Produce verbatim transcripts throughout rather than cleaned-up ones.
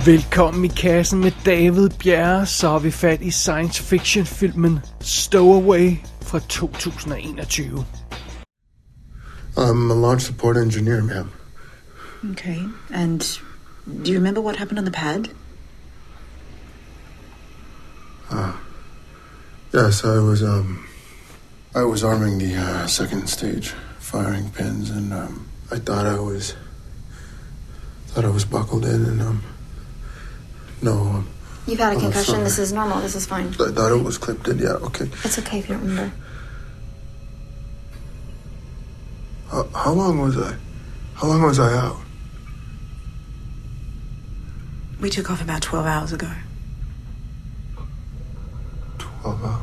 Velkommen i kassen med David Bjerre, så har vi fat i science fiction filmen Stowaway fra to tusind og enogtyve. I'm a launch support engineer, ma'am. Okay, and do you remember what happened on the pad? Uh, yes, I was, um, I was arming the uh, second stage firing pins, and um, I thought I was, thought I was buckled in, and um, no. Um, You've had a oh, concussion. sorry. This is normal. This is fine. I thought it was clipped in. Yeah, okay. It's okay if you don't remember. How, how long was I? How long was I out? We took off about twelve hours ago. Twelve hours.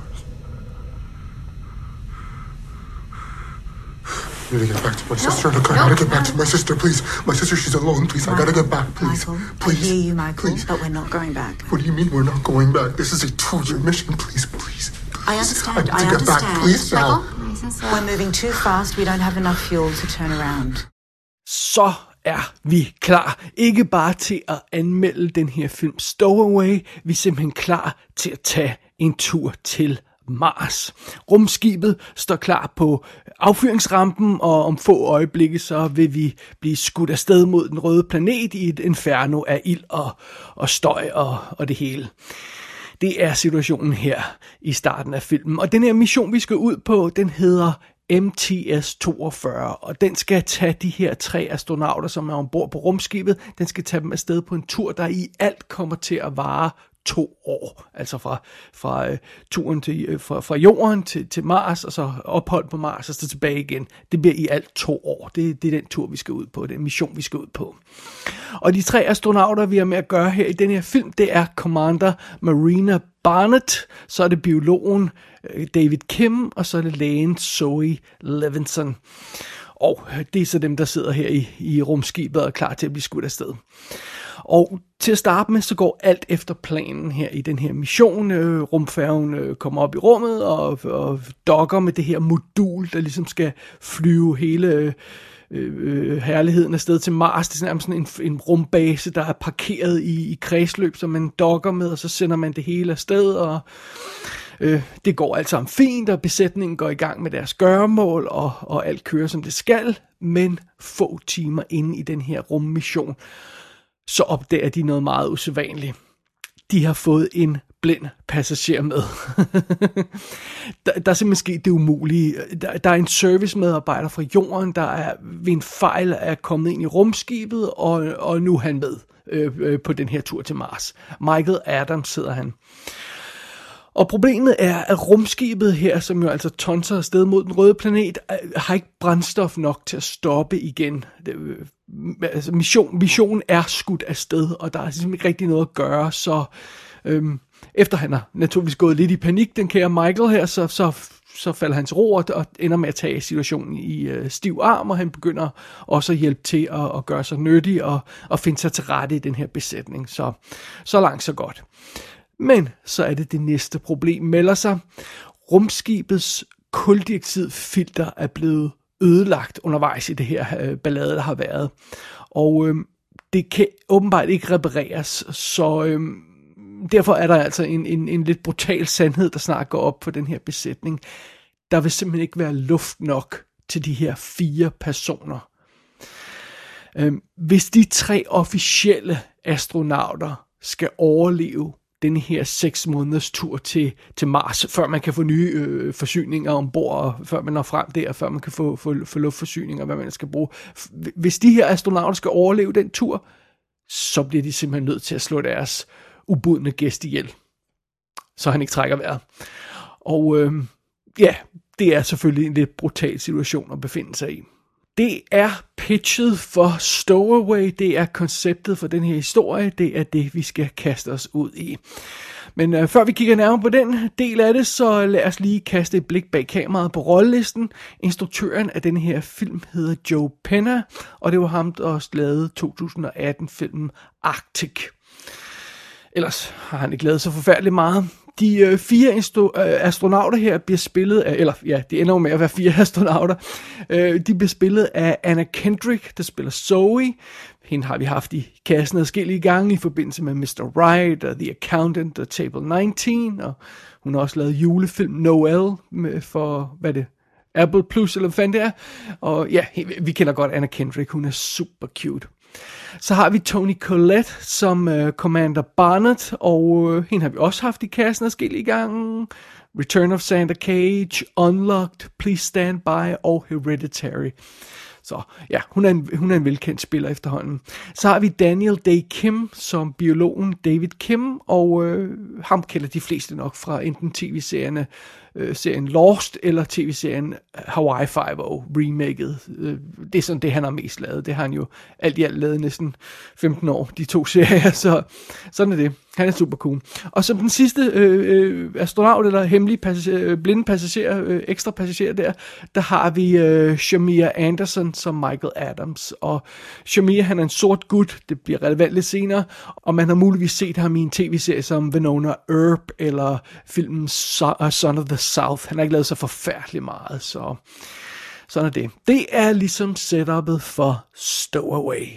I need to get back to my sister. Look, I gotta get back to my sister, please. My sister, she's alone. Please, Michael, I gotta get back, please. Michael, please. I hear you, Michael, please. but we're not going back. What do you mean we're not going back? This is a two-year mission. Please, please. I understand. I need to I get understand. back, please, now. We're moving too fast. We don't have enough fuel to turn around. Så er vi klar. Ikke bare til at anmelde den her film Stowaway, vi er simpelthen klar til at tage en tur til Mars. Rumskibet står klar på affyringsrampen, og om få øjeblikke så vil vi blive skudt afsted mod den røde planet i et inferno af ild og, og støj og, og det hele. Det er situationen her i starten af filmen. Og den her mission, vi skal ud på, den hedder M T S toogfyrre, og den skal tage de her tre astronauter, som er ombord på rumskibet, den skal tage dem afsted på en tur, der i alt kommer til at vare to år. Altså fra, fra uh, turen til, uh, fra, fra jorden til, til Mars, og så ophold på Mars, og så tilbage igen. Det bliver i alt to år. Det, det er den tur, vi skal ud på, den mission, vi skal ud på. Og de tre astronauter, vi har med at gøre her i den her film, det er Commander Marina Barnett, så er det biologen David Kim, og så er det lægen Zoe Levinson. Og det er så dem, der sidder her i, i rumskibet og er klar til at blive skudt afsted. Og til at starte med, så går alt efter planen her i den her mission. Øh, rumfærgen øh, kommer op i rummet og, og dokker med det her modul, der ligesom skal flyve hele øh, herligheden afsted til Mars. Det er sådan en, en rumbase, der er parkeret i, i kredsløb, som man dokker med, og så sender man det hele afsted, og øh, det går alt sammen fint, og besætningen går i gang med deres gøremål, og, og alt kører som det skal, men få timer inde i den her rummission, så opdager de noget meget usædvanligt. De har fået en blind passager med. der, der er simpelthen sket det umulige. Der, der er en servicemedarbejder fra jorden, der er ved en fejl er kommet ind i rumskibet, og, og nu er han med øh, øh, på den her tur til Mars. Michael Adams hedder han. Og problemet er, at rumskibet her, som jo altså tonser afsted mod den røde planet, har ikke brændstof nok til at stoppe igen. Det, altså mission, missionen er skudt afsted, og der er simpelthen ikke rigtig noget at gøre, så øhm, efter han har naturligvis gået lidt i panik, den kære Michael her, så, så, så falder han til ro og ender med at tage situationen i øh, stiv arm, og han begynder også at hjælpe til at, at gøre sig nyttig og, og finde sig til rette i den her besætning. Så, så langt, så godt. Men så er det det næste problem melder sig. Rumskibets kuldioxidfilter er blevet ødelagt undervejs i det her øh, ballade, der har været. Og øh, det kan åbenbart ikke repareres, så øh, derfor er der altså en, en, en lidt brutal sandhed, der snart går op på den her besætning. Der vil simpelthen ikke være luft nok til de her fire personer. Øh, hvis de tre officielle astronauter skal overleve den her seks måneders tur til, til Mars, før man kan få nye øh, forsyninger ombord, og før man når frem der, før man kan få, få, få luftforsyninger, hvad man skal bruge. Hvis de her astronauter skal overleve den tur, så bliver de simpelthen nødt til at slå deres ubudne gæst ihjel, så han ikke trækker vejret. Og øh, ja, det er selvfølgelig en lidt brutal situation at befinde sig i. Det er pitchet for Stowaway, det er konceptet for den her historie, det er det, vi skal kaste os ud i. Men øh, før vi kigger nærmere på den del af det, så lad os lige kaste et blik bag kameraet på rollelisten. Instruktøren af den her film hedder Joe Penna, og det var ham, der også lavede to tusind og atten-filmen Arctic. Ellers har han ikke lavet så forfærdeligt meget. De øh, fire instru- øh, astronauter her bliver spillet af, eller ja, det ender jo med at være fire astronauter. Øh, de bliver spillet af Anna Kendrick, der spiller Zoe. hende har vi haft i kassen adskillige gange i forbindelse med mister Right og The Accountant og Table nitten, og hun har også lavet julefilm Noel med for, hvad det Apple Plus, eller hvad fanden det er. Og ja, vi kender godt Anna Kendrick, hun er super cute. Så har vi Toni Collette som uh, Commander Barnett, og uh, hende har vi også haft i kassen adskillige gange. Return of Santa Cage, Unlocked, Please Stand By og Hereditary. Så ja, hun er, en, hun er en velkendt spiller efterhånden. Så har vi Daniel Day Kim som biologen David Kim, og øh, ham kender de fleste nok fra enten tv-serierne, øh, serien Lost, eller tv-serien Hawaii Five-O, remaket. Øh, det er sådan det, han har mest lavet. Det har han jo alt i alt lavet næsten femten år, de to serier, så sådan er det. Han er super cool. Og som den sidste øh, astronaut, eller hemmelig passager, blinde passager, øh, ekstra passager der, der har vi øh, Shamir Anderson som Michael Adams. Og Shamir, han er en sort gut, det bliver relevant lidt senere, og man har muligvis set ham i en tv-serie som Winona Earp, eller filmen Son of the South. Han har ikke lavet så forfærdeligt meget, så sådan er det. Det er ligesom setupet for Stowaway.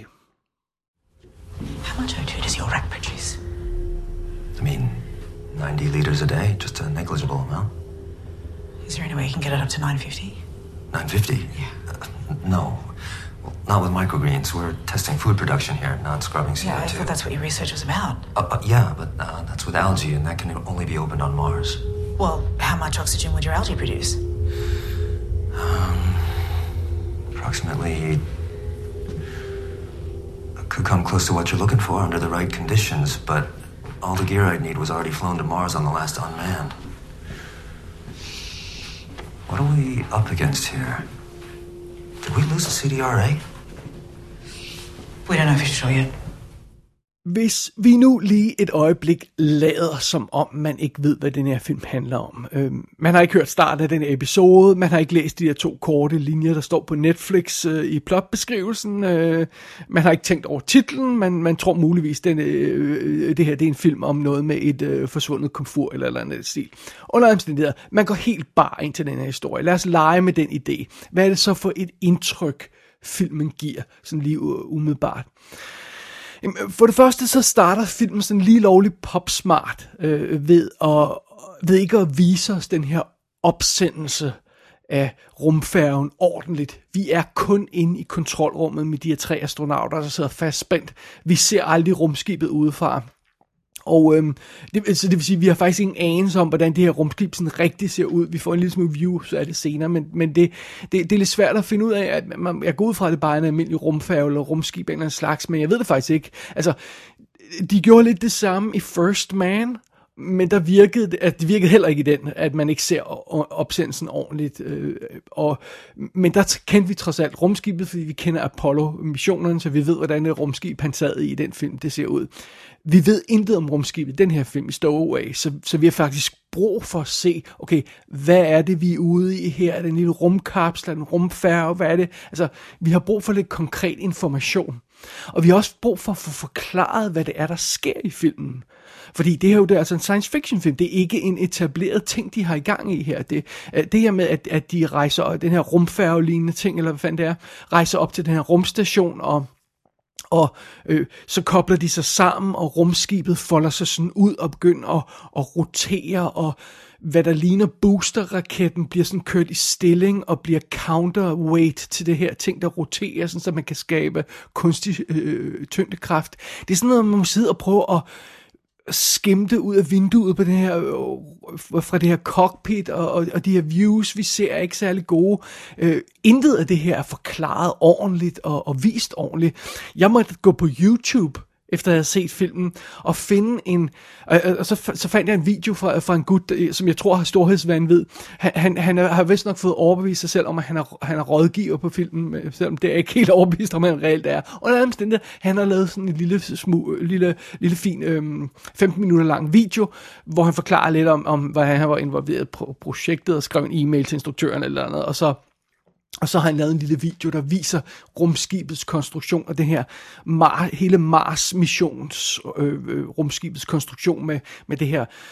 How much O two does your rack produce? I mean, ninety liters a day, just a negligible amount. Is there any way you can get it up to nine fifty? nine fifty? Yeah. Uh, no. Well, not with microgreens. We're testing food production here, not scrubbing C O two. Yeah, I thought that's what your research was about. Uh, uh, yeah, but uh, that's with algae, and that can only be opened on Mars. Well, how much oxygen would your algae produce? Um, approximately... Could come close to what you're looking for under the right conditions, but all the gear I'd need was already flown to Mars on the last unmanned. What are we up against here? Did we lose a C D R A? We don't know for sure yet. Hvis vi nu lige et øjeblik lader som om, man ikke ved, hvad den her film handler om. Øh, man har ikke hørt starten af den episode, man har ikke læst de her to korte linjer, der står på Netflix øh, i plotbeskrivelsen. Øh, man har ikke tænkt over titlen, man, man tror muligvis, den, øh, det her det er en film om noget med et øh, forsvundet komfur eller eller andet stil. Under omstændigheder, man går helt bare ind til den her historie. Lad os lege med den idé. Hvad er det så for et indtryk, filmen giver, sådan lige umiddelbart? For det første så starter filmen sådan lige lovligt popsmart øh, ved, at, ved ikke at vise os den her opsendelse af rumfærgen ordentligt. Vi er kun inde i kontrolrummet med de her tre astronauter, der sidder fastspændt. Vi ser aldrig rumskibet udefra. Og øhm, det, så det vil sige, at vi har faktisk ingen anelse om, hvordan det her rumskib sådan rigtig ser ud. Vi får en lille smule view, så er det senere, men, men det, det, det er lidt svært at finde ud af, at man, jeg går ud fra, at det bare er en almindelig rumfærge eller rumskib af en eller anden slags, men jeg ved det faktisk ikke. Altså, de gjorde lidt det samme i First Man, men der virkede, at det virkede heller ikke i den, at man ikke ser opsendelsen ordentligt. Øh, og, men der kendte vi trods alt rumskibet, fordi vi kender Apollo-missionerne, så vi ved, hvordan det rumskib han sad i den film, det ser ud. Vi ved intet om rumskibet i den her film, i Stowaway, så, så vi har faktisk brug for at se, okay, hvad er det, vi er ude i her? Er det en lille rumkapsel, en rumfærge, hvad er det? Altså, vi har brug for lidt konkret information. Og vi har også brug for at få forklaret, hvad det er, der sker i filmen. Fordi det her jo det er altså en science fiction film, det er ikke en etableret ting, de har i gang i her. Det, det her med, at, at de rejser, den her rumfærge-lignende ting, eller hvad fanden det er, rejser op til den her rumstation, og Og øh, så kobler de sig sammen, og rumskibet folder sig sådan ud og begynder at, at rotere, og hvad der ligner boosterraketten bliver sådan kørt i stilling og bliver counterweight til det her ting, der roterer, sådan, så man kan skabe kunstig øh, tyngdekraft. Det er sådan noget, man må sidde og prøve at skimte ud af vinduet på det her, øh, fra det her cockpit, og, og, og de her views, vi ser, er ikke særlig gode. Øh, intet af det her er forklaret ordentligt og, og vist ordentligt. Jeg måtte gå på YouTube, efter jeg havde set filmen, og finde en, og, og så, så fandt jeg en video fra, fra en gut, som jeg tror har storhedsvanvid. Han, han, han har vist nok fået overbevist sig selv om, at han er, han er rådgiver på filmen, selvom det er ikke helt overbevist om, han reelt er. Og der er han har lavet sådan en lille, smu, lille, lille fin øhm, femten minutter lang video, hvor han forklarer lidt om, om hvad han var involveret på projektet, og skrev en e-mail til instruktøren eller andet, og så Og så har han lavet en lille video, der viser rumskibets konstruktion, og det her Mar- hele Mars-missions øh, rumskibets konstruktion med, med det her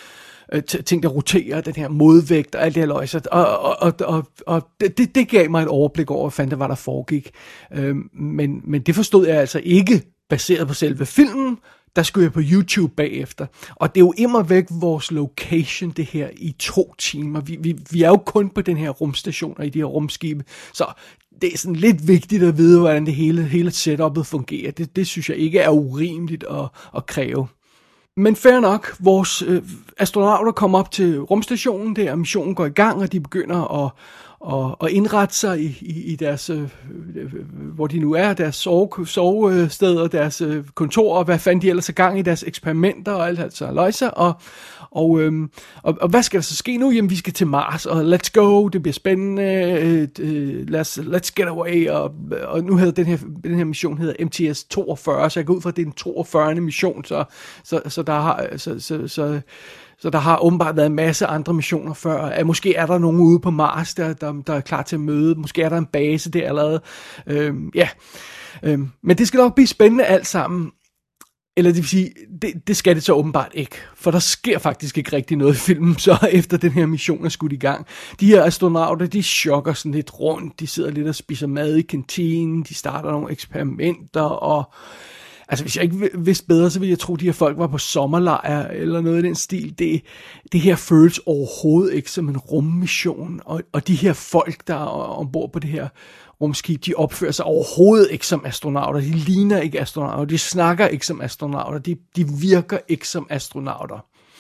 øh, ting, der roterer, den her modvægt og alt det her løjser. Og, og, og, og, og det, det gav mig et overblik over, hvad fanden det var, der foregik. Øh, men, men det forstod jeg altså ikke baseret på selve filmen. Der skulle jeg på YouTube bagefter. Og det er jo immervæk vores location, det her, i to timer. Vi, vi, vi er jo kun på den her rumstation og i de her rumskibe. Så det er sådan lidt vigtigt at vide, hvordan det hele, hele setupet fungerer. Det, det synes jeg ikke er urimeligt at, at kræve. Men fair nok, vores øh, astronauter kommer op til rumstationen, der missionen går i gang, og de begynder at, at, at indrette sig i, i, i deres, øh, hvor de nu er, deres sove, sovesteder, deres øh, kontorer, og hvad fanden de ellers er gang i, deres eksperimenter og alt altså løjser, og, og, øh, og, og hvad skal der så ske nu? Jamen, vi skal til Mars, og let's go, det bliver spændende, øh, øh, let's, let's get away, og, og nu hedder den her, den her mission hedder M T S toogfyrre, så jeg går ud fra, at det er den toogfyrrende mission, så, så, så der har, så, så, så Så der har åbenbart været en masse andre missioner før. Måske er der nogen ude på Mars, der, der, der er klar til at møde. Måske er der en base der allerede. Øhm, ja. Øhm, men det skal nok blive spændende alt sammen. Eller det vil sige, det, det skal det så åbenbart ikke. For der sker faktisk ikke rigtig noget i filmen, så efter den her mission er skudt i gang. De her astronauter, de chokker sådan lidt rundt. De sidder lidt og spiser mad i kantinen. De starter nogle eksperimenter og... Altså, hvis jeg ikke vidste bedre, så ville jeg tro, at de her folk var på sommerlejr, eller noget i den stil. Det, det her føles overhovedet ikke som en rummission, og, og de her folk, der er ombord på det her rumskib, de opfører sig overhovedet ikke som astronauter. De ligner ikke astronauter, de snakker ikke som astronauter, de, de virker ikke som astronauter.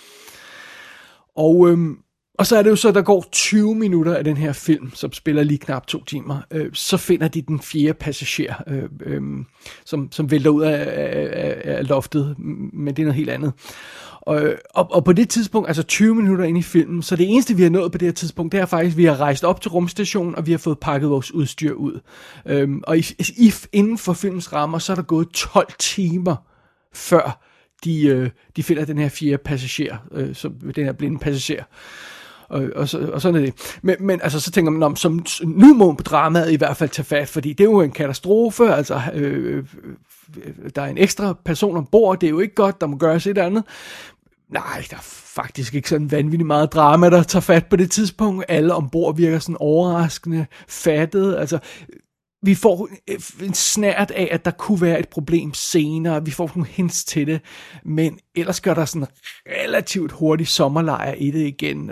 Og... Øhm, Og så er det jo så, der går tyve minutter af den her film, som spiller lige knap to timer. Øh, så finder de den fjerde passager, øh, øh, som, som vælter ud af, af, af loftet, men det er noget helt andet. Og, og, og på det tidspunkt, altså tyve minutter ind i filmen, så det eneste, vi har nået på det her tidspunkt, det er faktisk, at vi har rejst op til rumstationen, og vi har fået pakket vores udstyr ud. Øh, og i, i, inden for filmens rammer, så er der gået tolv timer før de, øh, de finder den her fjerde passager, øh, som, den her blinde passager. Og, og, så, og sådan er det. Men, men altså, så tænker man om, som nu må på dramaet i hvert fald tage fat, fordi det er jo en katastrofe, altså øh, der er en ekstra person ombord, det er jo ikke godt, der må gøres et eller andet. Nej, der er faktisk ikke sådan vanvittigt meget drama, der tager fat på det tidspunkt. Alle ombord virker sådan overraskende fattet, altså... Vi får en snært af, at der kunne være et problem senere. Vi får nogle hints til det. Men ellers gør der sådan relativt hurtigt sommerlejr i det igen.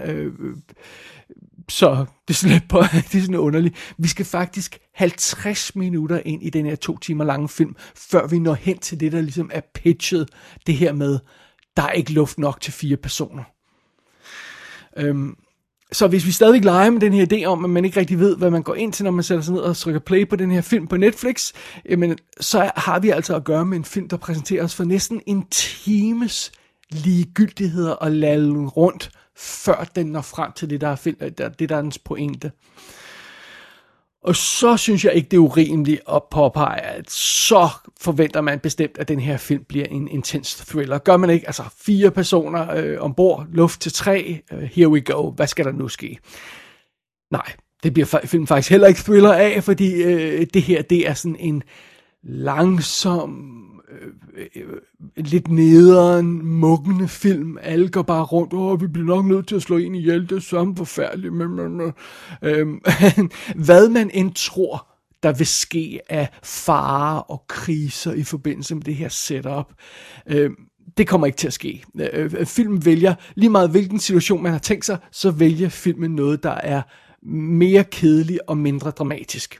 Så det er sådan lidt på, det er sådan underligt. Vi skal faktisk halvtreds minutter ind i den her to timer lange film, før vi når hen til det, der ligesom er pitchet. Det her med, der er ikke luft nok til fire personer. Øhm, Så hvis vi stadig leger med den her idé om, at man ikke rigtig ved, hvad man går ind til, når man sætter sig ned og trykker play på den her film på Netflix, jamen, så har vi altså at gøre med en film, der præsenterer os for næsten en times ligegyldigheder og lallen rundt, før den når frem til det, der er, film, det, der er dens pointe. Og så synes jeg ikke, det er urimeligt at påpege, at så forventer man bestemt, at den her film bliver en intens thriller. Gør man ikke? Altså fire personer øh, ombord, luft til tre, uh, here we go, hvad skal der nu ske? Nej, det bliver filmen faktisk heller ikke thriller af, fordi øh, det her, det er sådan en langsom, øh, øh, lidt nederen, muggende film. Alle går bare rundt, åh, vi bliver nok nødt til at slå en ihjel, det er samme forfærdeligt. Øh, hvad man end tror, der vil ske af farer og kriser i forbindelse med det her setup, øh, det kommer ikke til at ske. Øh, filmen vælger, lige meget hvilken situation man har tænkt sig, så vælger filmen noget, der er mere kedelig og mindre dramatisk.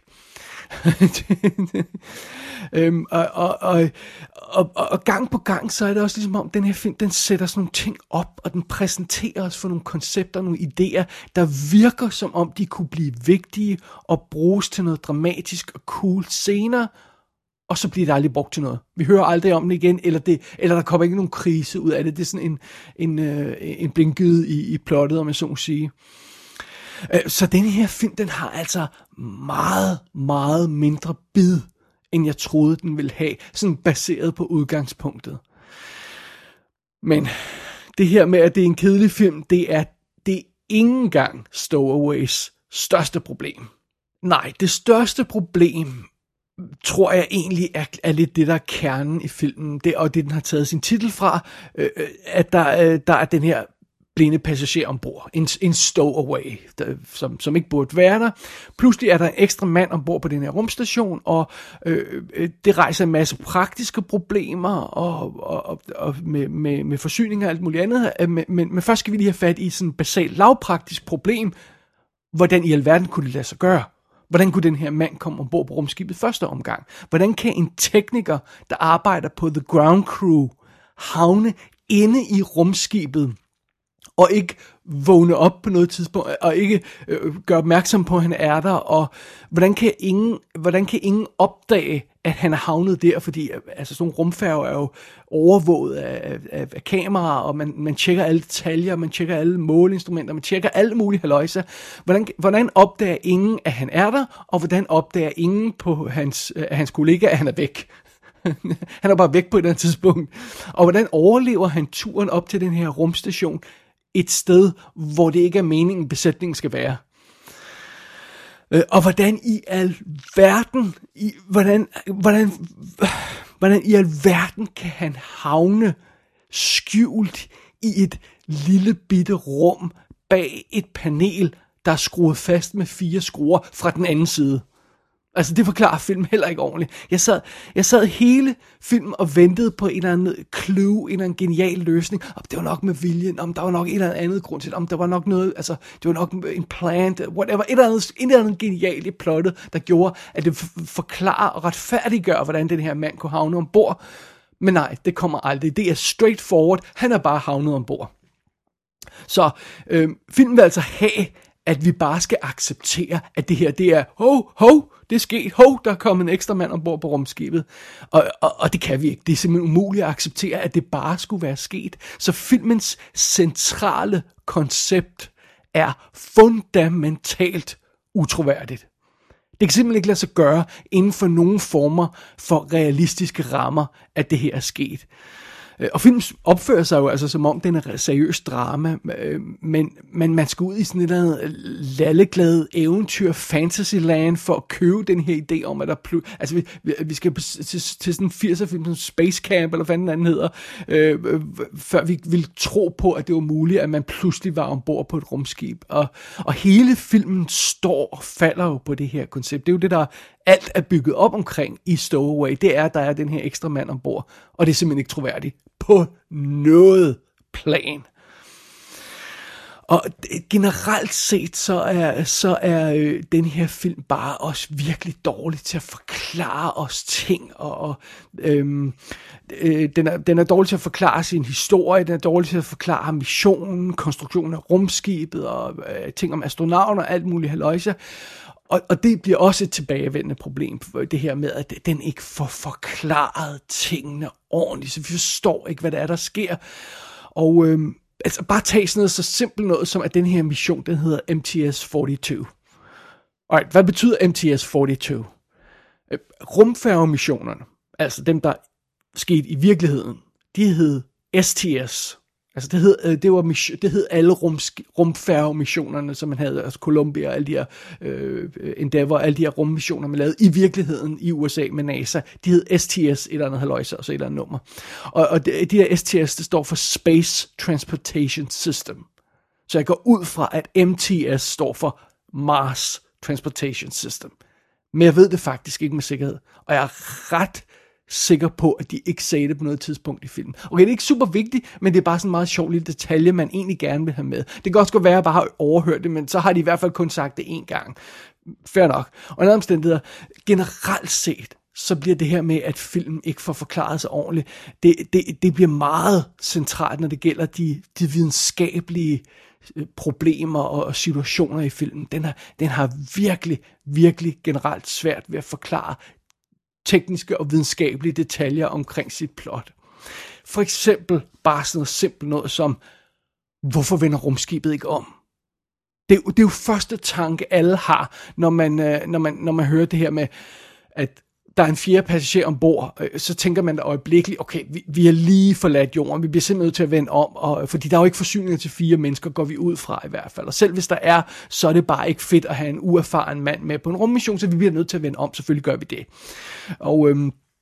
øhm, og, og, og, og, og gang på gang, så er det også ligesom om, den her film, den sætter sådan nogle ting op, og den præsenterer os for nogle koncepter, nogle idéer, der virker som om, de kunne blive vigtige og bruges til noget dramatisk og cool senere, og så bliver det aldrig brugt til noget. Vi hører aldrig om det igen, eller, det, eller der kommer ikke nogen krise ud af det. Det er sådan en, en, en, en blinkgyde i, i plottet, om jeg så må sige. Så den her film, den har altså meget, meget mindre bid, end jeg troede, den ville have, sådan baseret på udgangspunktet. Men det her med, at det er en kedelig film, det er, det er ikke engang Stowaways største problem. Nej, det største problem, tror jeg egentlig er, er lidt det, der er kernen i filmen, det, og det, den har taget sin titel fra, øh, at der, øh, der er den her blinde passager ombord. En, en stowaway, der, som, som ikke burde være der. Pludselig er der en ekstra mand ombord på den her rumstation, og øh, det rejser en masse praktiske problemer og, og, og, og med, med, med forsyninger og alt muligt andet. Men, men, men først skal vi lige have fat i sådan et basalt lavpraktisk problem. Hvordan i alverden kunne det lade sig gøre? Hvordan kunne den her mand komme ombord på rumskibet første omgang? Hvordan kan en tekniker, der arbejder på The Ground Crew, havne inde i rumskibet, og ikke vågne op på noget tidspunkt, og ikke øh, gøre opmærksom på, at han er der, og hvordan kan ingen, hvordan kan ingen opdage, at han er havnet der, fordi altså, sådan nogle rumfærger er jo overvåget af, af, af kameraer, og man, man tjekker alle detaljer, man tjekker alle måleinstrumenter, man tjekker alle mulige halløjser. Hvordan, hvordan opdager ingen, at han er der, og hvordan opdager ingen på hans, af hans kollega, at han er væk? Han er bare væk på et eller andet tidspunkt. Og hvordan overlever han turen op til den her rumstation, et sted, hvor det ikke er meningen, besætningen skal være? Og hvordan i al verden, i, hvordan, hvordan, hvordan i al verden kan han havne skjult i et lille bitte rum bag et panel, der er skruet fast med fire skruer fra den anden side? Altså, det forklarer filmen heller ikke ordentligt. Jeg sad, jeg sad hele filmen og ventede på en eller anden clue, en eller anden genial løsning. Om det var nok med viljen, om der var nok et eller andet grund til det, om der var nok noget, altså, det var nok en plan, whatever, et eller andet, et eller andet genialt i plottet, der gjorde, at det forklarer og retfærdiggør, hvordan den her mand kunne havne ombord. Men nej, det kommer aldrig. Det er straightforward. Han er bare havnet ombord. Så øh, filmen vil altså have, at vi bare skal acceptere, at det her, det er, hov, hov, det er sket, hov, der er kommet en ekstra mand ombord på rumskibet. Og, og, og det kan vi ikke. Det er simpelthen umuligt at acceptere, at det bare skulle være sket. Så filmens centrale koncept er fundamentalt utroværdigt. Det kan simpelthen ikke lade sig gøre inden for nogle former for realistiske rammer, at det her er sket. Og filmen opfører sig jo altså som om den er seriøs drama, men, men man skal ud i sådan et eller andet lalleglade eventyr, Fantasyland, for at købe den her idé om, at der pl- altså vi, vi skal til, til sådan en firser film som Space Camp, eller hvad den anden hedder, øh, før vi ville tro på, at det var muligt, at man pludselig var ombord på et rumskib. Og, og hele filmen står og falder jo på det her koncept. Det er jo det, der alt er bygget op omkring i Stowaway. Det er, at der er den her ekstra mand ombord, og det er simpelthen ikke troværdigt på noget plan. Og generelt set, så er, så er øh, den her film bare også virkelig dårlig til at forklare os ting, og, og øhm, øh, den, er, den er dårlig til at forklare sin historie, den er dårlig til at forklare missionen, konstruktionen af rumskibet, og øh, ting om astronauter og alt muligt halløjse. Og, og det bliver også et tilbagevendende problem, det her med, at den ikke får forklaret tingene ordentligt, så vi forstår ikke, hvad der er, der sker. Og øhm, altså bare tage sådan noget så simpelt noget, som at den her mission, den hedder M T S fireogfyrre. Alright, hvad betyder M T S fireogfyrre? Rumfærgemissionerne, altså dem, der skete i virkeligheden, de hed S T S. Altså det hed, det var mission, det hed alle rum, rumfærgemissionerne, som man havde, altså Columbia og alle de her øh, Endeavour, alle de her rummissioner, man lavede i virkeligheden i U S A med NASA. De hed S T S, et eller andet halløjse, og så et eller andet nummer. Og, og de, de her S T S, det står for Space Transportation System. Så jeg går ud fra, at M T S står for Mars Transportation System. Men jeg ved det faktisk ikke med sikkerhed. Og jeg er ret sikker på, at de ikke sagde det på noget tidspunkt i filmen. Okay, det er ikke super vigtigt, men det er bare sådan en meget sjov lille detalje, man egentlig gerne vil have med. Det kan også godt være, at jeg bare har overhørt det, men så har de i hvert fald kun sagt det én gang. Fair nok. Og en anden omstændighed, generelt set, så bliver det her med, at filmen ikke får forklaret sig ordentligt, det, det, det bliver meget centralt, når det gælder de, de videnskabelige problemer og situationer i filmen. Den har, den har virkelig, virkelig generelt svært ved at forklare tekniske og videnskabelige detaljer omkring sit plot. For eksempel bare sådan noget simpelt noget som, hvorfor vender rumskibet ikke om? Det er, det er jo første tanke, alle har, når man, når man, når man hører det her med, at der er en fjerde passager ombord, så tænker man øjeblikkeligt, okay, vi, vi har lige forladt jorden, vi bliver simpelthen nødt til at vende om, og, fordi der er jo ikke forsyninger til fire mennesker, går vi ud fra i hvert fald. Og selv hvis der er, så er det bare ikke fedt at have en uerfaren mand med på en rummission, så vi bliver nødt til at vende om, selvfølgelig gør vi det. Og øhm,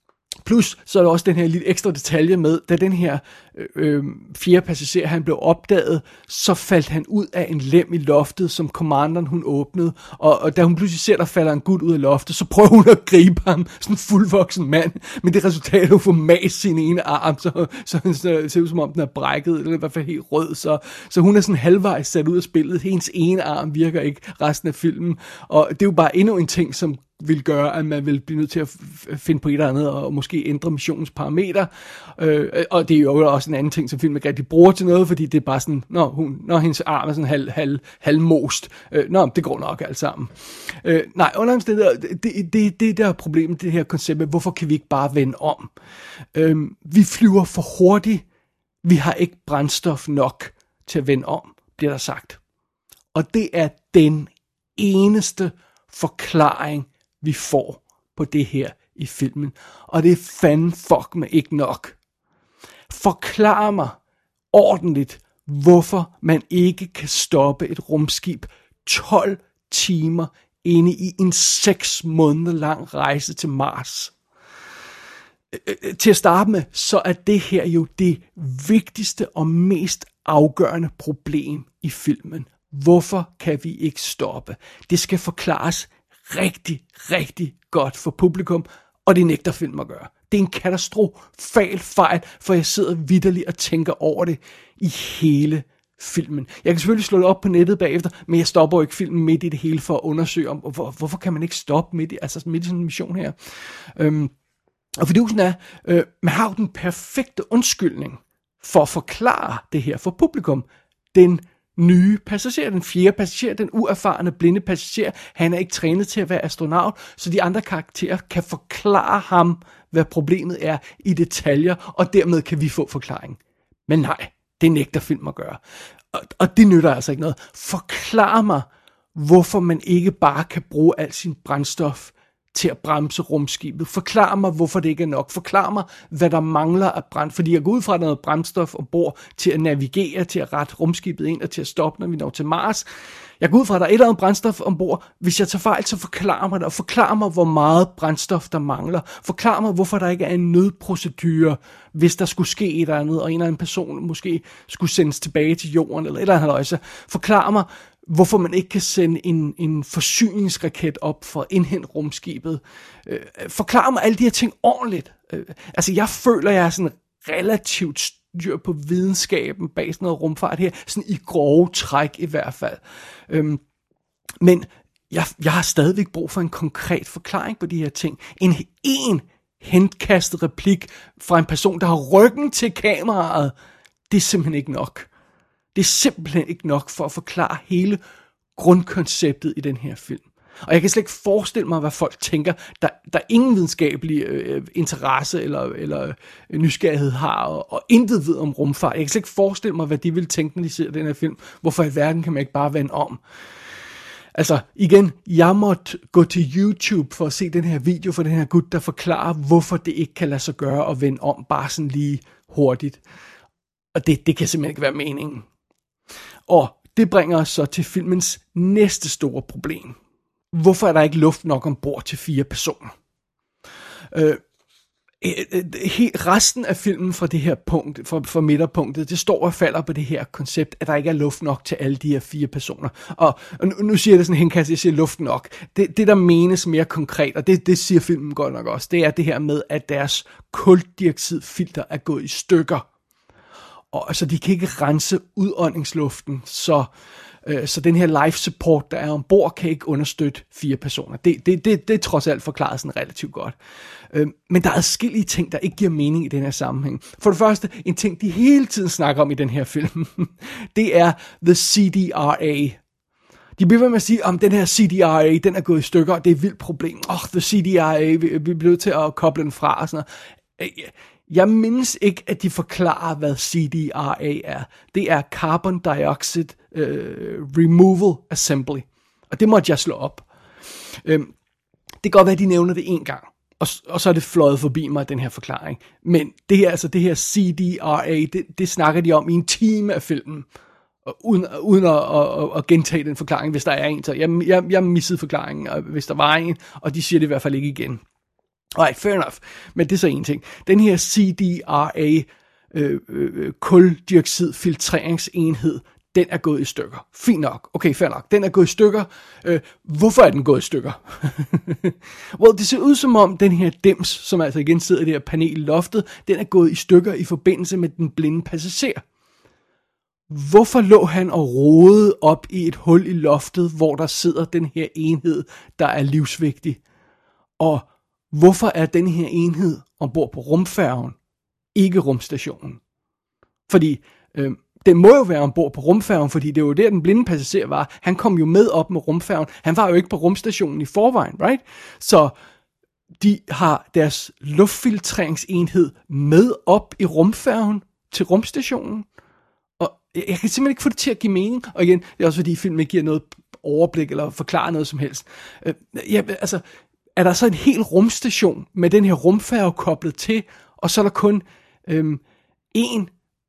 Plus, så er der også den her lidt ekstra detalje med, da den her øh, fjerde passager, han blev opdaget, så faldt han ud af en lem i loftet, som commanderen hun åbnede, og, og da hun pludselig ser, der falder en gut ud af loftet, så prøver hun at gribe ham, sådan en fuldvoksen mand, men det resultat, at hun får mas sin ene arm, så, så, så, så det ser ud som om, den er brækket, eller i hvert fald helt rød, så, så hun er sådan halvvejs sat ud af spillet, hendes ene arm virker ikke resten af filmen, og det er jo bare endnu en ting, som vil gøre, at man vil blive nødt til at f- finde på et eller andet, og måske ændre missionens parametre. Øh, og det er jo også en anden ting, som filmen ikke rigtig bruger til noget, fordi det er bare sådan, når, hun, når hendes arm er sådan halv, halv, halvmost, øh, nå, det går nok alt sammen. Øh, nej, under det, det, det, det der er problemet, det her koncept med, hvorfor kan vi ikke bare vende om? Øh, vi flyver for hurtigt, vi har ikke brændstof nok til at vende om, bliver der sagt. Og det er den eneste forklaring, vi får på det her i filmen. Og det er fanden fuck med ikke nok. Forklar mig ordentligt, hvorfor man ikke kan stoppe et rumskib tolv timer inde i en seks måneder lang rejse til Mars. Til at starte med, så er det her jo det vigtigste og mest afgørende problem i filmen. Hvorfor kan vi ikke stoppe? Det skal forklares rigtig, rigtig godt for publikum, og det nægter film at gøre. Det er en katastrofal fejl, for jeg sidder vitterligt og tænker over det i hele filmen. Jeg kan selvfølgelig slå det op på nettet bagefter, men jeg stopper jo ikke filmen midt i det hele for at undersøge, om, hvor, hvorfor kan man ikke stoppe midt i, altså midt i sådan en mission her. Øhm, og fidusen er, øh, man har jo den perfekte undskyldning for at forklare det her for publikum. Den nye passager, den fjerde passager, den uerfarne blinde passager, han er ikke trænet til at være astronaut, så de andre karakterer kan forklare ham, hvad problemet er i detaljer, og dermed kan vi få forklaring. Men nej, det nægter film at gøre. Og, og det nytter altså ikke noget. Forklar mig, hvorfor man ikke bare kan bruge al sin brændstof til at bremse rumskibet. Forklar mig, hvorfor det ikke er nok. Forklar mig, hvad der mangler af brænd. Fordi jeg går ud fra, at der er noget brændstof ombord til at navigere, til at rette rumskibet ind og til at stoppe, når vi når til Mars. Jeg går ud fra, at der er et eller andet brændstof ombord. Hvis jeg tager fejl, så forklar mig det. Og forklar mig, hvor meget brændstof der mangler. Forklar mig, hvorfor der ikke er en nødprocedure, hvis der skulle ske et eller andet, og en eller anden person måske skulle sendes tilbage til jorden, eller et eller andet løjse. Forklar mig, hvorfor man ikke kan sende en, en forsyningsraket op for at indhente rumskibet. Øh, forklar mig alle de her ting ordentligt. Øh, altså, jeg føler, jeg er sådan relativt styr på videnskaben bag sådan noget rumfart her, sådan i grove træk i hvert fald. Øh, men jeg, jeg har stadigvæk brug for en konkret forklaring på de her ting. En en henkastet replik fra en person, der har ryggen til kameraet, det er simpelthen ikke nok. Det er simpelthen ikke nok for at forklare hele grundkonceptet i den her film. Og jeg kan slet ikke forestille mig, hvad folk tænker, der, der ingen videnskabelig øh, interesse eller, eller nysgerrighed har, og, og intet ved om rumfart. Jeg kan slet ikke forestille mig, hvad de vil tænke, når de ser den her film. Hvorfor i verden kan man ikke bare vende om? Altså, igen, jeg måtte gå til YouTube for at se den her video for den her gut, der forklarer, hvorfor det ikke kan lade sig gøre at vende om, bare sådan lige hurtigt. Og det, det kan simpelthen ikke være meningen. Og det bringer os så til filmens næste store problem. Hvorfor er der ikke luft nok ombord til fire personer? Øh, resten af filmen fra det her punkt, fra, fra midterpunktet, det står og falder på det her koncept, at der ikke er luft nok til alle de her fire personer. Og, og nu, nu siger jeg det sådan henkast, jeg siger luft nok. Det, det der menes mere konkret, og det, det siger filmen godt nok også, det er det her med, at deres kuldioxidfilter er gået i stykker. Og altså, de kan ikke rense udåndingsluften, så, øh, så den her life support, der er ombord, kan ikke understøtte fire personer. Det, det, det, det er trods alt forklaret sådan relativt godt. Øh, men der er adskillige ting, der ikke giver mening i den her sammenhæng. For det første, en ting, de hele tiden snakker om i den her film, det er the C D R A. De bliver ved med at sige, om den her C D R A, den er gået i stykker, og det er et vildt problem. Åh, oh, the C D R A, vi, vi bliver nødt til at koble den fra og sådan noget. Jeg mindes ikke, at de forklarer, hvad C D R A er. Det er Carbon Dioxide uh, Removal Assembly. Og det måtte jeg slå op. Um, det kan godt være, at de nævner det en gang. Og, og så er det fløjet forbi mig, den her forklaring. Men det her, altså det her C D R A, det, det snakker de om i en time af filmen. Uden, uden at, at, at gentage den forklaring, hvis der er en. Så jeg, jeg, jeg missede forklaringen, hvis der var en. Og de siger det i hvert fald ikke igen. Alright, fair enough. Men det er så en ting. Den her C D R A øh, øh, kuldioxidfiltreringsenhed, den er gået i stykker. Fint nok. Okay, fair nok. Den er gået i stykker. Øh, hvorfor er den gået i stykker? well, det ser ud som om, den her dims, som altså igen sidder i det her panel i loftet, den er gået i stykker i forbindelse med den blinde passager. Hvorfor lå han og rodede op i et hul i loftet, hvor der sidder den her enhed, der er livsvigtig? Og hvorfor er den her enhed ombord på rumfærgen, ikke rumstationen? Fordi øh, den må jo være ombord på rumfærgen, fordi det var jo der, den blinde passager var. Han kom jo med op med rumfærgen. Han var jo ikke på rumstationen i forvejen, right? Så de har deres luftfiltreringsenhed med op i rumfærgen til rumstationen. Og jeg kan simpelthen ikke få det til at give mening. Og igen, det er også fordi filmen ikke giver noget overblik eller forklarer noget som helst. Øh, ja, altså, er der så en hel rumstation med den her rumfærge koblet til, og så er der kun øh, én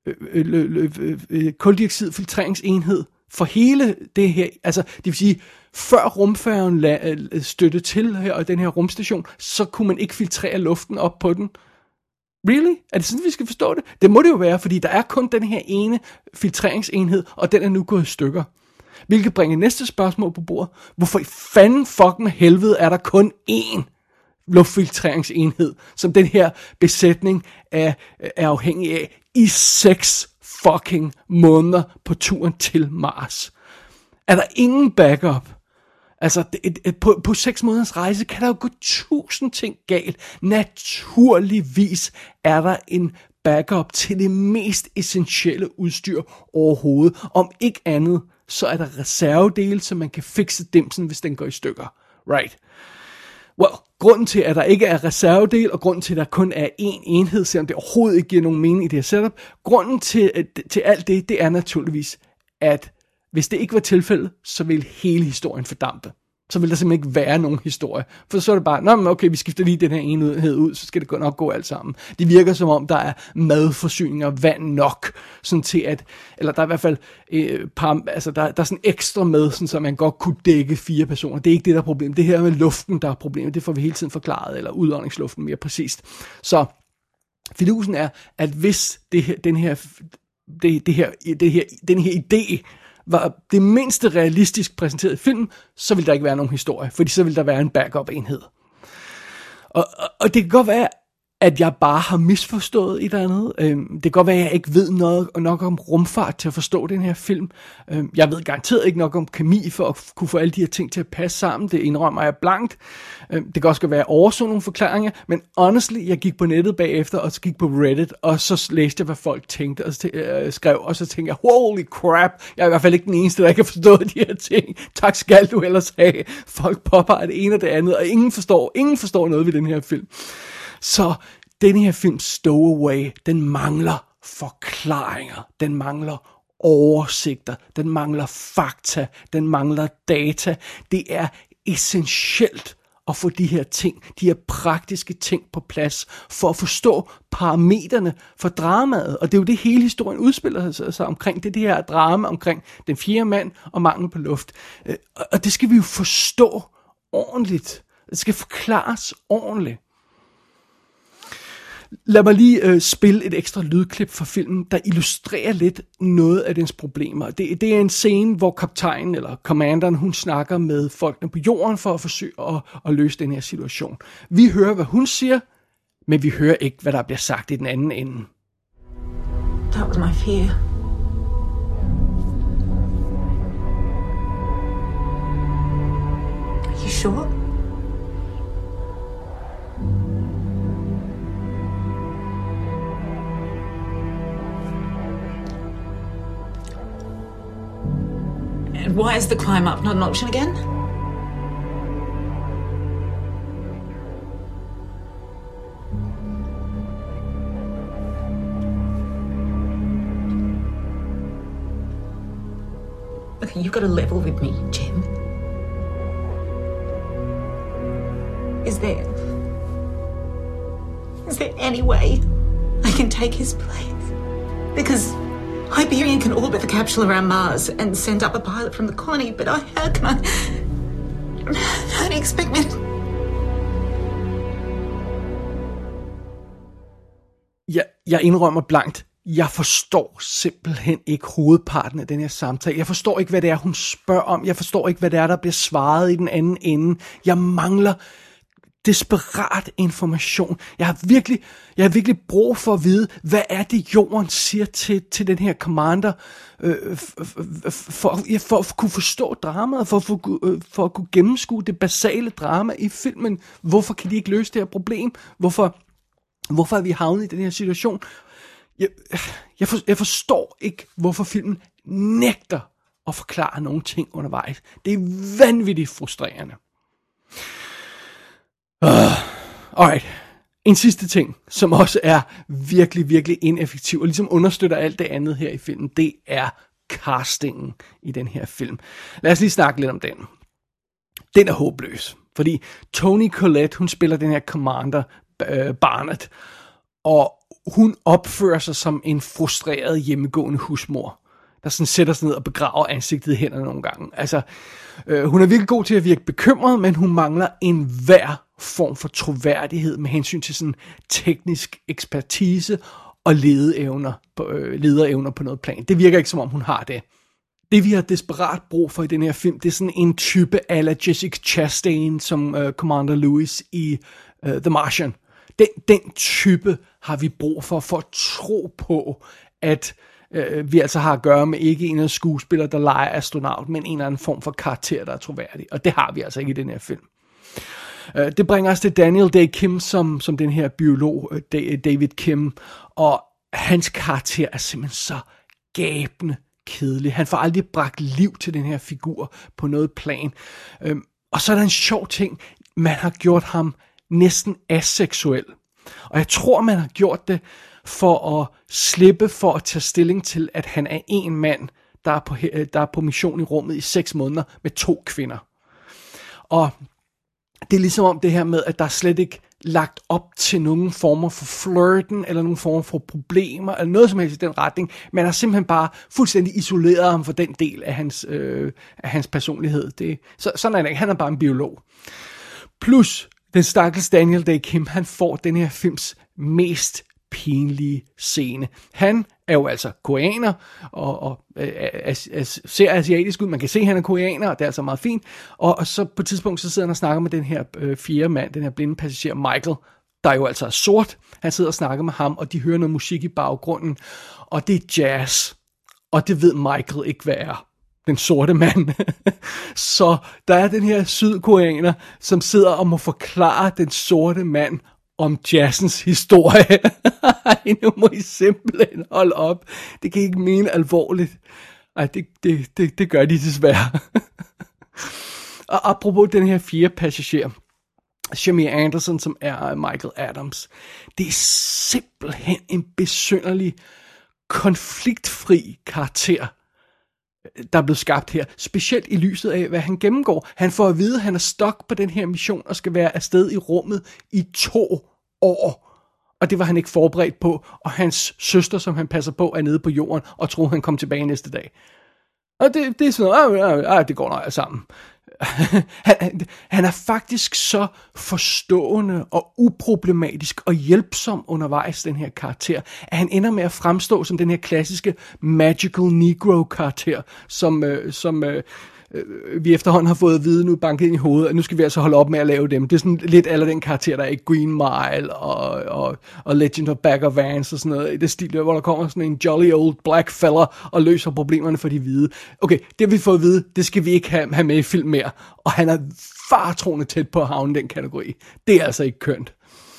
kuldioxidfiltreringsenhed for hele det her, altså det vil sige, før rumfærgen støttede til her, og den her rumstation, så kunne man ikke filtrere luften op på den. Really? Er det sådan, vi skal forstå det? Det må det jo være, fordi der er kun den her ene filtreringsenhed, og den er nu gået i stykker. Hvilket bringer næste spørgsmål på bordet. Hvorfor i fanden fucking helvede er der kun én luftfiltreringsenhed, som den her besætning er, er afhængig af i seks fucking måneder på turen til Mars? Er der ingen backup? Altså, et, et, på, på seks måneders rejse kan der jo gå tusind ting galt. Naturligvis er der en backup til det mest essentielle udstyr overhovedet. Om ikke andet, så er der reservedele, så man kan fikse dimsen, hvis den går i stykker. Right? Well, grunden til, at der ikke er reservedel, og grunden til, at der kun er én enhed, selvom det overhovedet ikke giver nogen mening i det her setup, grunden til, til alt det, det er naturligvis, at hvis det ikke var tilfældet, så ville hele historien fordampe. Så vil der simpelthen ikke være nogen historie. For så er det bare, nå, men okay, vi skifter lige den her enhed ud, så skal det nok gå alt sammen. Det virker som om, der er madforsyning og vand nok, sådan til at, eller der er i hvert fald, øh, par, altså der, der er sådan ekstra med, sådan så man godt kunne dække fire personer. Det er ikke det, der er problemet. Det her med luften, der er problemet. Det får vi hele tiden forklaret, eller udåndingsluften mere præcist. Så fidusen er, at hvis det her, den her, det, det her, det her, den her idé var det mindste realistisk præsenteret i filmen, så vil der ikke være nogen historie, fordi så vil der være en backup-enhed. Og, og, og det kan godt være, at jeg bare har misforstået et eller andet. Øhm, det kan godt være, at jeg ikke ved noget, nok om rumfart til at forstå den her film. Øhm, jeg ved garanteret ikke nok om kemi for at kunne få alle de her ting til at passe sammen. Det indrømmer jeg blankt. Øhm, det kan også være, at jeg overså nogle forklaringer, men honestly, jeg gik på nettet bagefter, og så gik på Reddit, og så læste jeg, hvad folk tænkte, og så t- øh, skrev, og så tænkte jeg, holy crap, jeg er i hvert fald ikke den eneste, der ikke har forstået de her ting. Tak skal du ellers have. Folk popper af det ene og det andet, og ingen forstår, ingen forstår noget ved den her film. Så denne her film Stowaway, den mangler forklaringer, den mangler oversigter, den mangler fakta, den mangler data. Det er essentielt at få de her ting, de her praktiske ting på plads, for at forstå parametrene for dramaet. Og det er jo det, hele historien udspiller sig omkring. Det er det her drama omkring den fjerde mand og mangel på luft. Og det skal vi jo forstå ordentligt. Det skal forklares ordentligt. Lad mig lige øh, spille et ekstra lydklip fra filmen, der illustrerer lidt noget af dens problemer. Det, det er en scene, hvor kaptajnen eller commanderen, hun snakker med folkene på jorden for at forsøge at, at løse den her situation. Vi hører, hvad hun siger, men vi hører ikke, hvad der bliver sagt i den anden ende. That was my fear. Are you sure? And why is the climb up not an option again? Okay, you've got to level with me, Jim. Is there... Is there any way I can take his place? Because Hyperion can orbit the capsule around Mars and send up a pilot from the colony, but I, how can I... How do you expect me to... jeg indrømmer blankt, jeg forstår simpelthen ikke hovedparten af den her samtale. Jeg forstår ikke, hvad det er, hun spørger om. Jeg forstår ikke, hvad det er, der bliver svaret i den anden ende. Jeg mangler desperat information. Jeg har virkelig, jeg har virkelig brug for at vide, hvad er det, jorden siger til, til den her commander, øh, for, for, for at kunne forstå dramaet, for, for, øh, for at kunne gennemskue det basale drama i filmen. Hvorfor kan de ikke løse det her problem? Hvorfor, hvorfor er vi havnet i den her situation? Jeg, jeg, for, jeg forstår ikke, hvorfor filmen nægter at forklare nogle ting undervejs. Det er vanvittigt frustrerende. Uh, alright. En sidste ting, som også er virkelig, virkelig ineffektiv, og ligesom understøtter alt det andet her i filmen, det er castingen i den her film. Lad os lige snakke lidt om den. Den er håbløs, fordi Toni Collette, hun spiller den her commander, uh, Barnett, og hun opfører sig som en frustreret hjemmegående husmor, der sådan sætter sig ned og begraver ansigtet i hænderne nogle gange. Altså, øh, hun er virkelig god til at virke bekymret, men hun mangler enhver form for troværdighed med hensyn til sådan teknisk ekspertise og ledeevner på, øh, lederevner på noget plan. Det virker ikke som om hun har det. Det vi har desperat brug for i den her film, det er sådan en type a la Jessica Chastain som øh, Commander Lewis i øh, The Martian. Den, den type har vi brug for, for at tro på, at øh, vi altså har at gøre med ikke en af skuespillere, der leger astronaut, men en eller anden form for karakter, der er troværdig. Og det har vi altså ikke i den her film. Øh, det bringer os til Daniel Dae Kim, som, som den her biolog, øh, David Kim, og hans karakter er simpelthen så gabende kedelig. Han får aldrig bragt liv til den her figur på noget plan. Øh, og så er der en sjov ting, man har gjort ham næsten aseksuel. Og jeg tror, man har gjort det for at slippe for at tage stilling til, at han er en mand, der er på, der er på mission i rummet i seks måneder med to kvinder. Og det er ligesom om det her med, at der er slet ikke lagt op til nogen former for flirten, eller nogen former for problemer, eller noget som helst i den retning. Man har simpelthen bare fuldstændig isoleret ham fra den del af hans, øh, af hans personlighed. Det, så, sådan er det ikke. Han er bare en biolog. Plus, den stakkels Daniel Dae Kim, han får den her films mest pinlige scene. Han er jo altså koreaner, og, og øh, ser asiatisk ud. Man kan se, at han er koreaner, og det er altså meget fint. Og, og så på et tidspunkt, så sidder han og snakker med den her øh, fjerde mand, den her blinde passager, Michael, der jo altså er sort. Han sidder og snakker med ham, og de hører noget musik i baggrunden, og det er jazz. Og det ved Michael ikke, hvad er. Den sorte mand. Så der er den her sydkoreaner, som sidder og må forklare den sorte mand om jazzens historie. Nu må I simpelthen holde op. Det kan I ikke mene alvorligt. Ej, det, det, det, det gør de desværre. Og apropos den her fjerde passager, Shamir Anderson, som er Michael Adams. Det er simpelthen en besynderlig, konfliktfri karakter, der er blevet skabt her, specielt i lyset af, hvad han gennemgår. Han får at vide, at han er stok på den her mission, og skal være afsted i rummet i to år. Og det var han ikke forberedt på, og hans søster, som han passer på, er nede på jorden, og tror, han kommer tilbage næste dag. Og det, det er sådan noget, ah, det går nok sammen. han, han er faktisk så forstående og uproblematisk og hjælpsom undervejs, den her karakter, at han ender med at fremstå som den her klassiske magical negro karakter, som, øh, som øh, øh, vi efterhånden har fået at vide, nu banket ind i hovedet, at nu skal vi altså holde op med at lave dem. Det er sådan lidt eller den karakter, der er i Green Mile og, og, og Legend of Bagger Vance og sådan noget, i det stil, hvor der kommer sådan en jolly old black fella og løser problemerne for de hvide. Okay, det vi får at vide, det skal vi ikke have, have med i film mere. Og han er fartroende tæt på at havne den kategori. Det er altså ikke kønt.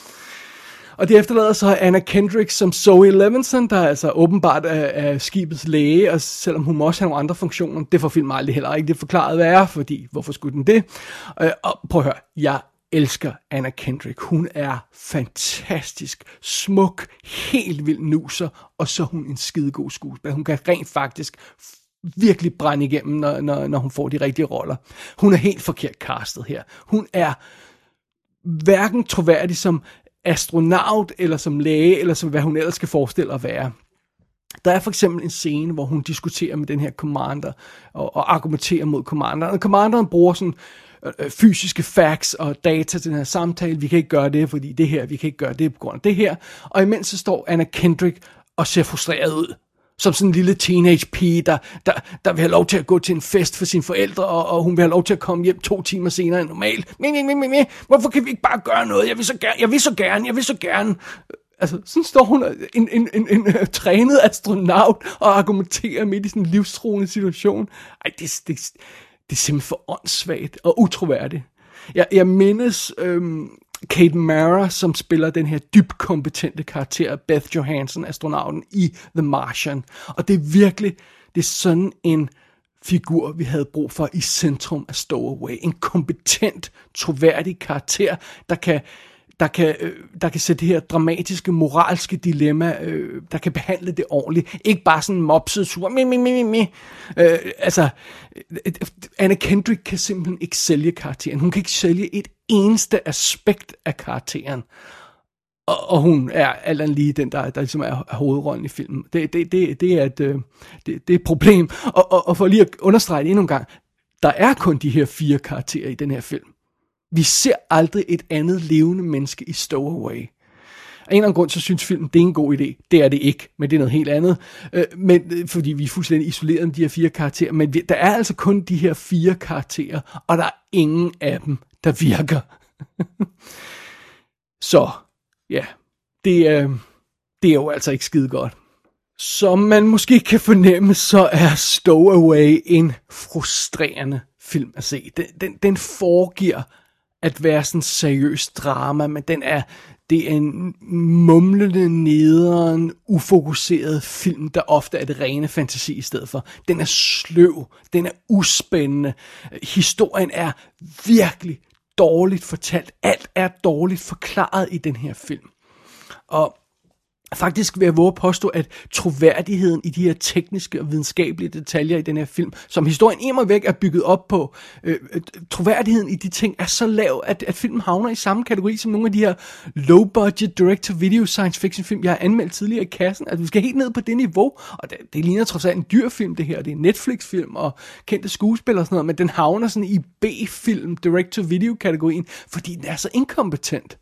Og det efterlader så Anna Kendrick som Zoe Levinson, der altså åbenbart er, er skibets læge, og selvom hun må også have nogle andre funktioner, det får filmen aldrig heller ikke det forklaret, hvad er, fordi hvorfor skulle den det? Og prøv at høre, jeg elsker Anna Kendrick. Hun er fantastisk, smuk, helt vild nuser, og så er hun en skidegod skuespiller. Hun kan rent faktisk virkelig brænde igennem, når, når, når hun får de rigtige roller. Hun er helt forkert castet her. Hun er hverken troværdig som astronaut, eller som læge, eller som hvad hun ellers skal forestille at være. Der er for eksempel en scene, hvor hun diskuterer med den her commander, og, og argumenterer mod commanderen. Og commanderen bruger sådan øh, fysiske facts og data til den her samtale. Vi kan ikke gøre det, fordi det her, vi kan ikke gøre det på grund af det her. Og imens så står Anna Kendrick og ser frustreret ud. Som sådan en lille teenage pige, der, der, der vil have lov til at gå til en fest for sine forældre, og, og hun vil have lov til at komme hjem to timer senere end normalt. Men, men, men, men, hvorfor kan vi ikke bare gøre noget? Jeg vil så gerne, jeg vil så gerne, jeg vil så gerne. Altså, sådan står hun, en, en, en, en, en trænet astronaut, og argumenterer midt i sådan en livstruende situation. Ej, det, det, det er simpelthen for åndssvagt og utroværdigt. Jeg, jeg mindes øhm, Kate Mara, som spiller den her dybt kompetente karakter, Beth Johansson, astronauten i The Martian. Og det er virkelig, det er sådan en figur, vi havde brug for i centrum af Stowaway. En kompetent, troværdig karakter, der kan, der kan, øh, der kan sætte det her dramatiske, moralske dilemma, øh, der kan behandle det ordentligt. Ikke bare sådan en mopset sur, mi, mi, mi, mi. Øh, altså, øh, Anna Kendrick kan simpelthen ikke sælge karakteren. Hun kan ikke sælge et eneste aspekt af karakteren. Og, og hun er alt andet lige den, der, der ligesom er hovedrollen i filmen. Det, det, det, det, er, et, det, det er et problem. Og, og, og for lige at understrege det endnu en gang, der er kun de her fire karakterer i den her film. Vi ser aldrig et andet levende menneske i Stowaway. Af en eller anden grund, så synes filmen, det er en god idé. Det er det ikke, men det er noget helt andet. Øh, men, fordi vi er fuldstændig isoleret om de her fire karakterer. Men vi, der er altså kun de her fire karakterer, og der er ingen af dem, der virker. Så, ja, det, øh, det er jo altså ikke skide godt. Som man måske kan fornemme, så er Stowaway en frustrerende film at se. Den, den, den foregiver at være sådan en seriøs drama, men den er, det er en mumlende, nederen, ufokuseret film, der ofte er det rene fantasi i stedet for. Den er sløv, den er uspændende, historien er virkelig dårligt fortalt, alt er dårligt forklaret i den her film. Og faktisk vil jeg våge at påstå, at troværdigheden i de her tekniske og videnskabelige detaljer i den her film, som historien i mig væk er bygget op på, øh, troværdigheden i de ting er så lav, at, at filmen havner i samme kategori som nogle af de her low-budget direct-to-video science fiction film, jeg har anmeldt tidligere i kassen. Altså, vi skal helt ned på det niveau, og det, det ligner trods alt en dyr film, det her. Det er en Netflix-film og kendte skuespillere og sådan noget, men den havner sådan i B-film direct-to-video-kategorien, fordi den er så inkompetent.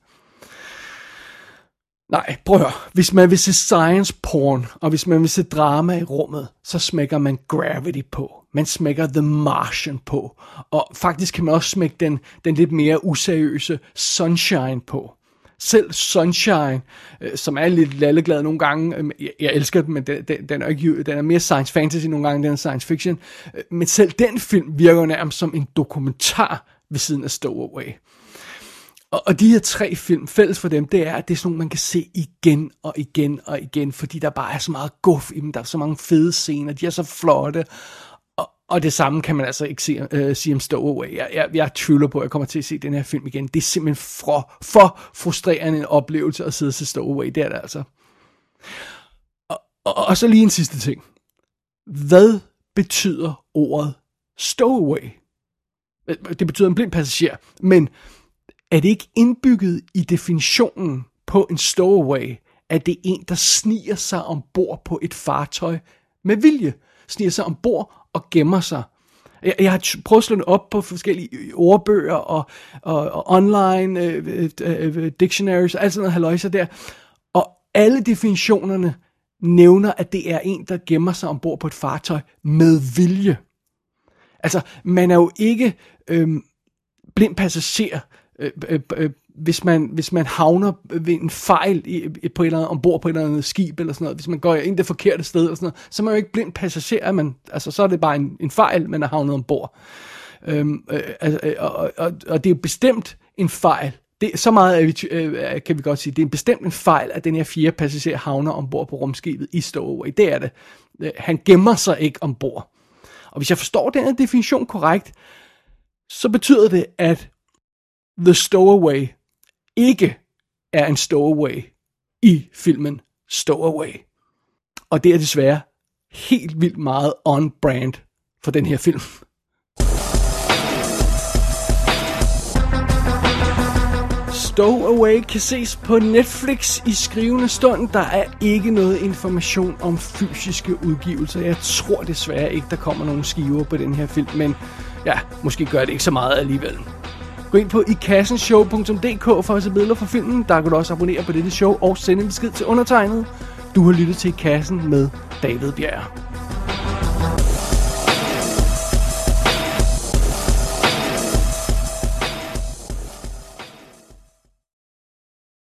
Nej, prøv at høre. Hvis man vil se science porn, og hvis man vil se drama i rummet, så smækker man Gravity på. Man smækker The Martian på. Og faktisk kan man også smække den, den lidt mere useriøse Sunshine på. Selv Sunshine, øh, som er lidt lalleglad nogle gange, øh, jeg, jeg elsker den, men den, den, den, er ikke, den er mere science fantasy nogle gange, den er science fiction. Øh, men selv den film virker nærmest som en dokumentar ved siden af Stowaway. Og, og de her tre film, fælles for dem, det er, at det er sådan nogle, man kan se igen og igen og igen, fordi der bare er så meget guf i dem, der er så mange fede scener, de er så flotte, og, og det samme kan man altså ikke se, øh, sige om Stowaway. Jeg, jeg, jeg tvivler på, at jeg kommer til at se den her film igen. Det er simpelthen for, for frustrerende en oplevelse at sidde og se Stowaway, det er det altså. Og, og, og så lige en sidste ting. Hvad betyder ordet Stowaway? Det betyder en blind passager, men er det ikke indbygget i definitionen på en stowaway, at det er en, der sniger sig ombord på et fartøj med vilje? Sniger sig ombord og gemmer sig. Jeg, jeg har prøvet at slå det op på forskellige ordbøger og, og, og online øh, øh, dictionaries og alt sådan noget halløjser der. Og alle definitionerne nævner, at det er en, der gemmer sig ombord på et fartøj med vilje. Altså, man er jo ikke øh, blind passager, Øh, øh, øh, hvis man hvis man havner ved en fejl i, på et eller andet ombord på et eller andet skib eller sådan noget, hvis man går ind det forkerte sted eller sådan noget, så er man jo ikke blind passager, man, altså så er det bare en, en fejl, man er havnet ombord. Øhm, øh, øh, og, og, og det er bestemt en fejl. Det, så meget er vi, øh, kan vi godt sige, det er bestemt en fejl, at den her fjerde passager havner ombord på rumskibet i Stowaway. Det er det. Han gemmer sig ikke ombord. Og hvis jeg forstår den her definition korrekt, så betyder det, at The Stowaway ikke er en stowaway i filmen Stowaway. Og det er desværre helt vildt meget on-brand for den her film. Stowaway kan ses på Netflix i skrivende stund. Der er ikke noget information om fysiske udgivelser. Jeg tror desværre ikke, der kommer nogen skiver på den her film, men ja, måske gør det ikke så meget alligevel. Gå ind på i kassen show punktum d k for at se billeder fra filmen. Der kan du også abonnere på dette show og sende en besked til undertegnet. Du har lyttet til I Kassen med David Bjerg.